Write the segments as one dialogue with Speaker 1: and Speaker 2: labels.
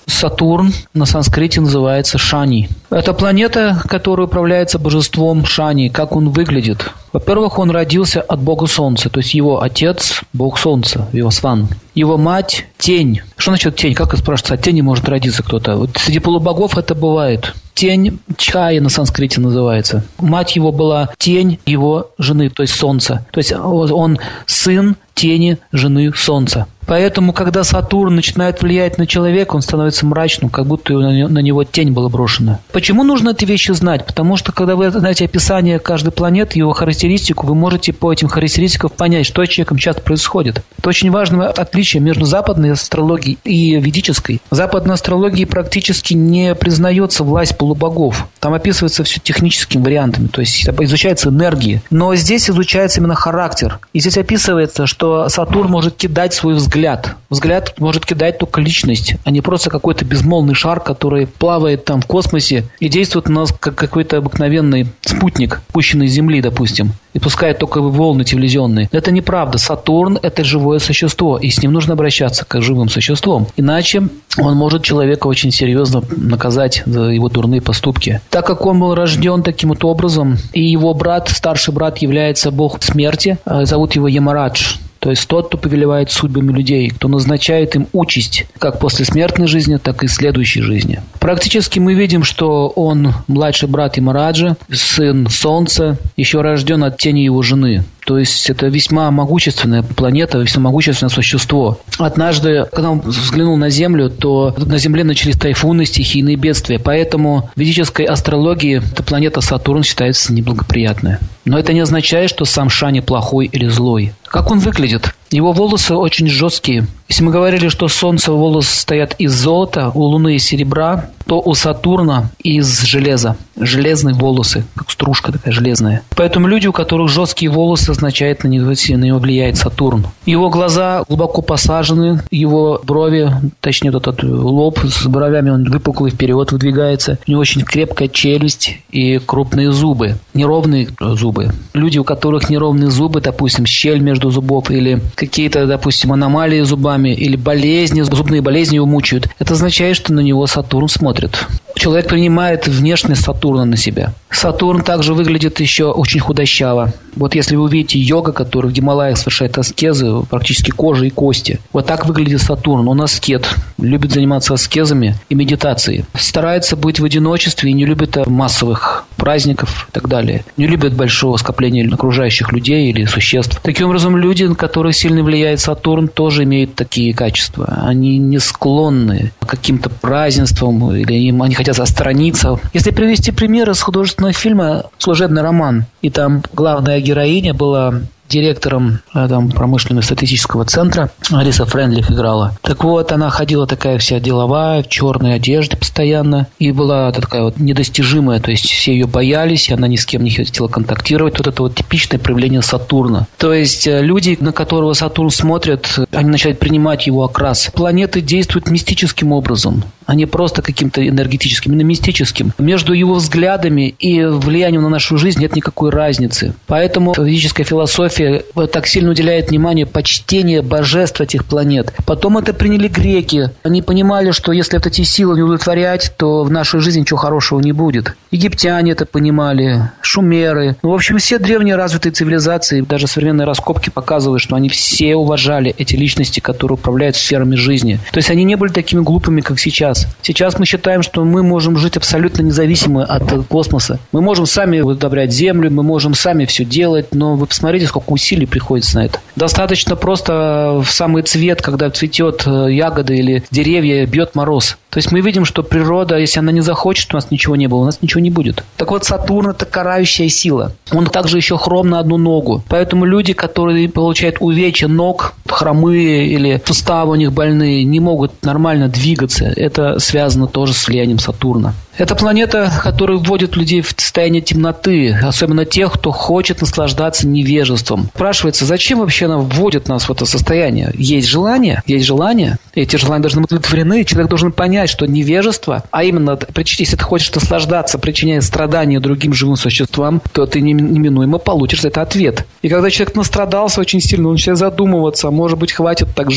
Speaker 1: Сатурн на санскрите называется Шани. Это планета, которая управляется божеством Шани. Как он выглядит? Во-первых, он родился от бога Солнца, то есть его отец – бог Солнца, Вивасван. Его мать – тень. Что значит тень? Как спрашивается, от тени может родиться кто-то? Вот среди полубогов это бывает. Тень Чая на санскрите называется. Мать его была тень его жены, то есть Солнца. То есть он сын тени жены Солнца. Поэтому, когда Сатурн начинает влиять на человека, он становится мрачным, как будто на него тень была брошена. Почему нужно эти вещи знать? Потому что, когда вы знаете описание каждой планеты, его характеристику, вы можете по этим характеристикам понять, что с человеком часто происходит. Это очень важное отличие между западной астрологией и ведической. В западной астрологии практически не признается власть полубогов. Там описывается все техническими вариантами, то есть изучается энергия. Но здесь изучается именно характер. И здесь описывается, что Сатурн может кидать свой взгляд. Взгляд может кидать только личность, а не просто какой-то безмолвный шар, который плавает там в космосе и действует на нас как какой-то обыкновенный спутник, пущенный с Земли, допустим, и пускает только волны телевизионные. Это неправда. Сатурн – это живое существо, и с ним нужно обращаться как живым существом. Иначе он может человека очень серьезно наказать за его дурные поступки. Так как он был рожден таким вот образом, и его брат, старший брат, является бог смерти, зовут его Ямарадж. То есть тот, кто повелевает судьбами людей, кто назначает им участь как после смертной жизни, так и следующей жизни. Практически мы видим, что он младший брат Ямараджа, сын Солнца, еще рожден от тени его жены. То есть это весьма могущественная планета, весьма могущественное существо. Однажды, когда он взглянул на Землю, то на Земле начались тайфуны, стихийные бедствия. Поэтому в ведической астрологии эта планета Сатурн считается неблагоприятной. Но это не означает, что сам Шани плохой или злой. Как он выглядит? Его волосы очень жесткие. Если мы говорили, что Солнце волосы состоят из золота, у Луны из серебра, то у Сатурна из железа. Железные волосы, как стружка такая железная. Поэтому люди, у которых жесткие волосы, означает, на него влияет Сатурн. Его глаза глубоко посажены, его брови, точнее этот лоб с бровями, он выпуклый вперед выдвигается. У него очень крепкая челюсть и крупные зубы, неровные зубы. Люди, у которых неровные зубы, допустим, щель между зубов или какие-то, допустим, аномалии с зубами или болезни, зубные болезни его мучают, это означает, что на него Сатурн смотрит. Человек принимает внешность Сатурна на себя. Сатурн также выглядит еще очень худощаво. Вот если вы увидите йога, который в Гималаях совершает аскезы, практически кожа и кости. Вот так выглядит Сатурн. Он аскет, любит заниматься аскезами и медитацией. Старается быть в одиночестве и не любит массовых праздников и так далее. Не любит большого скопления окружающих людей или существ. Таким образом, люди, на которых сильно влияет Сатурн, тоже имеют такие качества. Они не склонны к каким-то празднествам, или они хотят отстраниться. Если привести пример из художественного фильма «Служебный роман», и там главная героиня была директором промышленного статистического центра, Алиса Френдлих играла. Так вот, она ходила такая вся деловая, в черной одежде постоянно, и была такая вот недостижимая, то есть все ее боялись, и она ни с кем не хотела контактировать. Вот это вот типичное проявление Сатурна. То есть люди, на которого Сатурн смотрят, они начинают принимать его окрас. Планеты действуют мистическим образом, а не просто каким-то энергетическим, именно мистическим. Между его взглядами и влиянием на нашу жизнь нет никакой разницы. Поэтому ведическая философия так сильно уделяет внимание почтению божеств этих планет. Потом это приняли греки. Они понимали, что если вот эти силы не удовлетворять, то в нашей жизни ничего хорошего не будет. Египтяне это понимали, шумеры. В общем, все древние развитые цивилизации, даже современные раскопки показывают, что они все уважали эти личности, которые управляют сферами жизни. То есть они не были такими глупыми, как сейчас. Сейчас мы считаем, что мы можем жить абсолютно независимо от космоса. Мы можем сами удобрять Землю, мы можем сами все делать, но вы посмотрите, сколько усилий приходится на это. Достаточно просто в самый цвет, когда цветет ягода или деревья, бьет мороз. То есть мы видим, что природа, если она не захочет, у нас ничего не было, у нас ничего не будет. Так вот, Сатурн – это карающая сила. Он также еще хром на одну ногу. Поэтому люди, которые получают увечья ног, хромые или суставы у них больные, не могут нормально двигаться. Это связано тоже с влиянием Сатурна. Это планета, которая вводит людей в состояние темноты, особенно тех, кто хочет наслаждаться невежеством. Спрашивается, зачем вообще она вводит нас в это состояние? Есть желание? Есть желание. Эти желания должны быть удовлетворены. Человек должен понять, что невежество, а именно, если ты хочешь наслаждаться, причиняя страдания другим живым существам, то ты неминуемо получишь за это ответ. И когда человек настрадался очень сильно, он начинает задумываться, может быть, хватит так жить.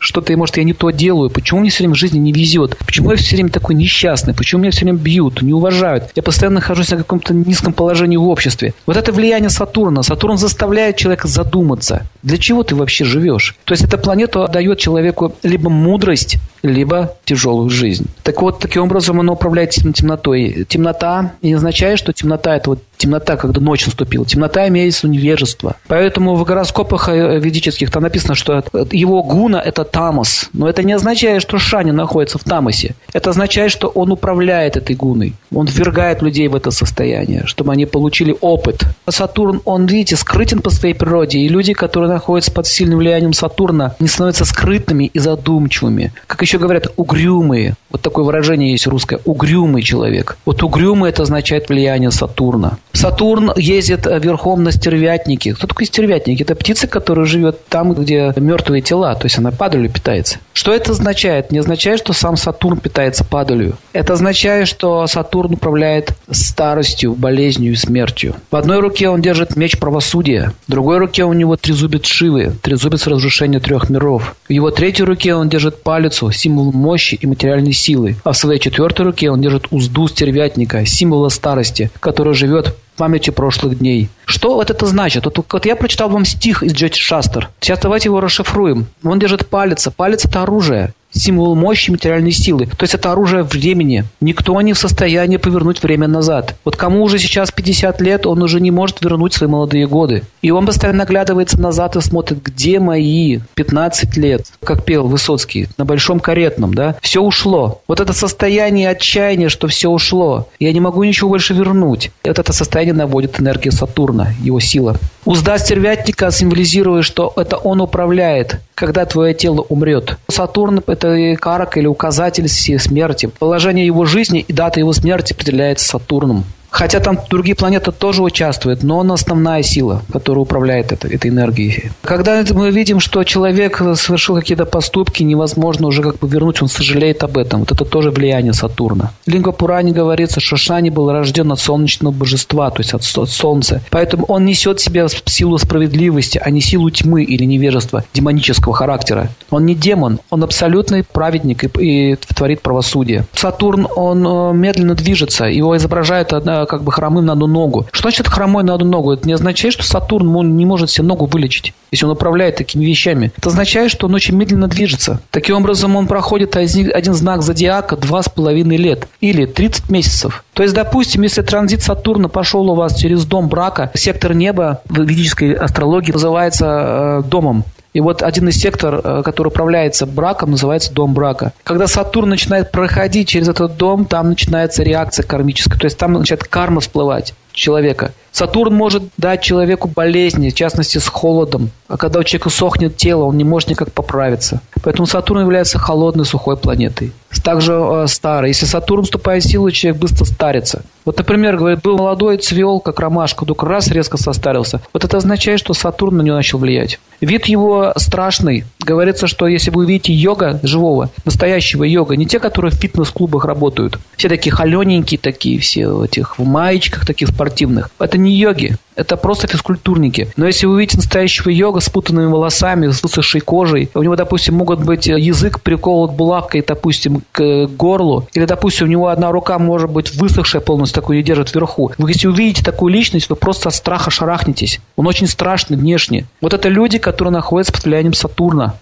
Speaker 1: что-то, может, я не то делаю, почему мне все время в жизни не везет, почему я все время такой несчастный, почему меня все время бьют, не уважают, я постоянно нахожусь на каком-то низком положении в обществе. Вот это влияние Сатурна. Сатурн заставляет человека задуматься, для чего ты вообще живешь. То есть эта планета дает человеку либо мудрость, либо тяжелую жизнь. Так вот, таким образом она управляет темнотой. Темнота не означает, что темнота – это вот темнота, когда ночь наступила. Темнота имеется в виду невежество. Поэтому в гороскопах ведических там написано, что его гуна – это тамас. Но это не означает, что Шани находится в тамасе. Это означает, что он управляет этой гуной. Он ввергает людей в это состояние, чтобы они получили опыт. Сатурн, он, видите, скрытен по своей природе. И люди, которые находятся под сильным влиянием Сатурна, не становятся скрытными и задумчивыми. Как еще говорят, угрюмые. Вот такое выражение есть русское. Угрюмый человек. Вот угрюмый – это означает влияние Сатурна. Сатурн ездит верхом на стервятнике. Кто такой стервятник? Это птица, которая живет там, где мертвые тела. То есть она падалью питается. Что это означает? Не означает, что сам Сатурн питается падалью. Это означает, что Сатурн управляет старостью, болезнью и смертью. В одной руке он держит меч правосудия. В другой руке у него трезубец Шивы, трезубец разрушения 3 миров. В его третьей руке он держит палицу, символ мощи и материальной силы. А в своей 4-й руке он держит узду стервятника, символа старости, который живет памяти прошлых дней. Что вот это значит? Вот я прочитал вам стих из Джотиш Шастр. Сейчас давайте его расшифруем. Он держит палец. Палец – это оружие. Символ мощи, материальной силы. То есть это оружие времени. Никто не в состоянии повернуть время назад. Вот кому уже сейчас 50 лет, он уже не может вернуть свои молодые годы. И он постоянно оглядывается назад и смотрит, где мои 15 лет, как пел Высоцкий, на Большом Каретном, да? Все ушло. Вот это состояние отчаяния, что все ушло. Я не могу ничего больше вернуть. Вот это состояние наводит энергия Сатурна, его сила. Узда стервятника символизирует, что это он управляет, когда твое тело умрет. Сатурн – это карак или указатель всей смерти. Положение его жизни и дата его смерти определяется Сатурном. Хотя там другие планеты тоже участвуют, но он основная сила, которая управляет этой энергией. Когда мы видим, что человек совершил какие-то поступки, невозможно уже вернуть, он сожалеет об этом. Вот это тоже влияние Сатурна. В Лингва-Пуране говорится, что Шани был рожден от солнечного божества, то есть от солнца. Поэтому он несет в себе силу справедливости, а не силу тьмы или невежества демонического характера. Он не демон, он абсолютный праведник и творит правосудие. Сатурн, он медленно движется, его изображают хромым на одну ногу. Что значит хромой на одну ногу? Это не означает, что Сатурн не может себе ногу вылечить, если он управляет такими вещами. Это означает, что он очень медленно движется. Таким образом, он проходит один знак зодиака 2,5 лет или 30 месяцев. То есть, допустим, если транзит Сатурна пошел у вас через дом брака, сектор неба в ведической астрологии называется домом. И вот один из секторов, который управляется браком, называется дом брака. Когда Сатурн начинает проходить через этот дом, там начинается реакция кармическая. То есть там начинает карма всплывать человека. Сатурн может дать человеку болезни, в частности с холодом. А когда у человека сохнет тело, он не может никак поправиться. Поэтому Сатурн является холодной, сухой планетой. Также старый. Если Сатурн вступает в силу, человек быстро старится. Вот, например, говорит, был молодой, цвел, как ромашка, вдруг раз резко состарился. Вот это означает, что Сатурн на него начал влиять. Вид его страшный. Говорится, что если вы увидите йога живого, настоящего йога, не те, которые в фитнес-клубах работают, все такие холененькие, такие все в маечках таких спортивных. Это не йоги. Это просто физкультурники. Но если вы увидите настоящего йога с спутанными волосами, с высохшей кожей, у него, допустим, могут быть язык приколот булавкой, допустим, к горлу, или, допустим, у него одна рука может быть высохшая полностью, такую не держит вверху. Вы, если увидите такую личность, вы просто от страха шарахнетесь. Он очень страшный внешне. Вот это люди, которые находятся под влиянием Сатурна.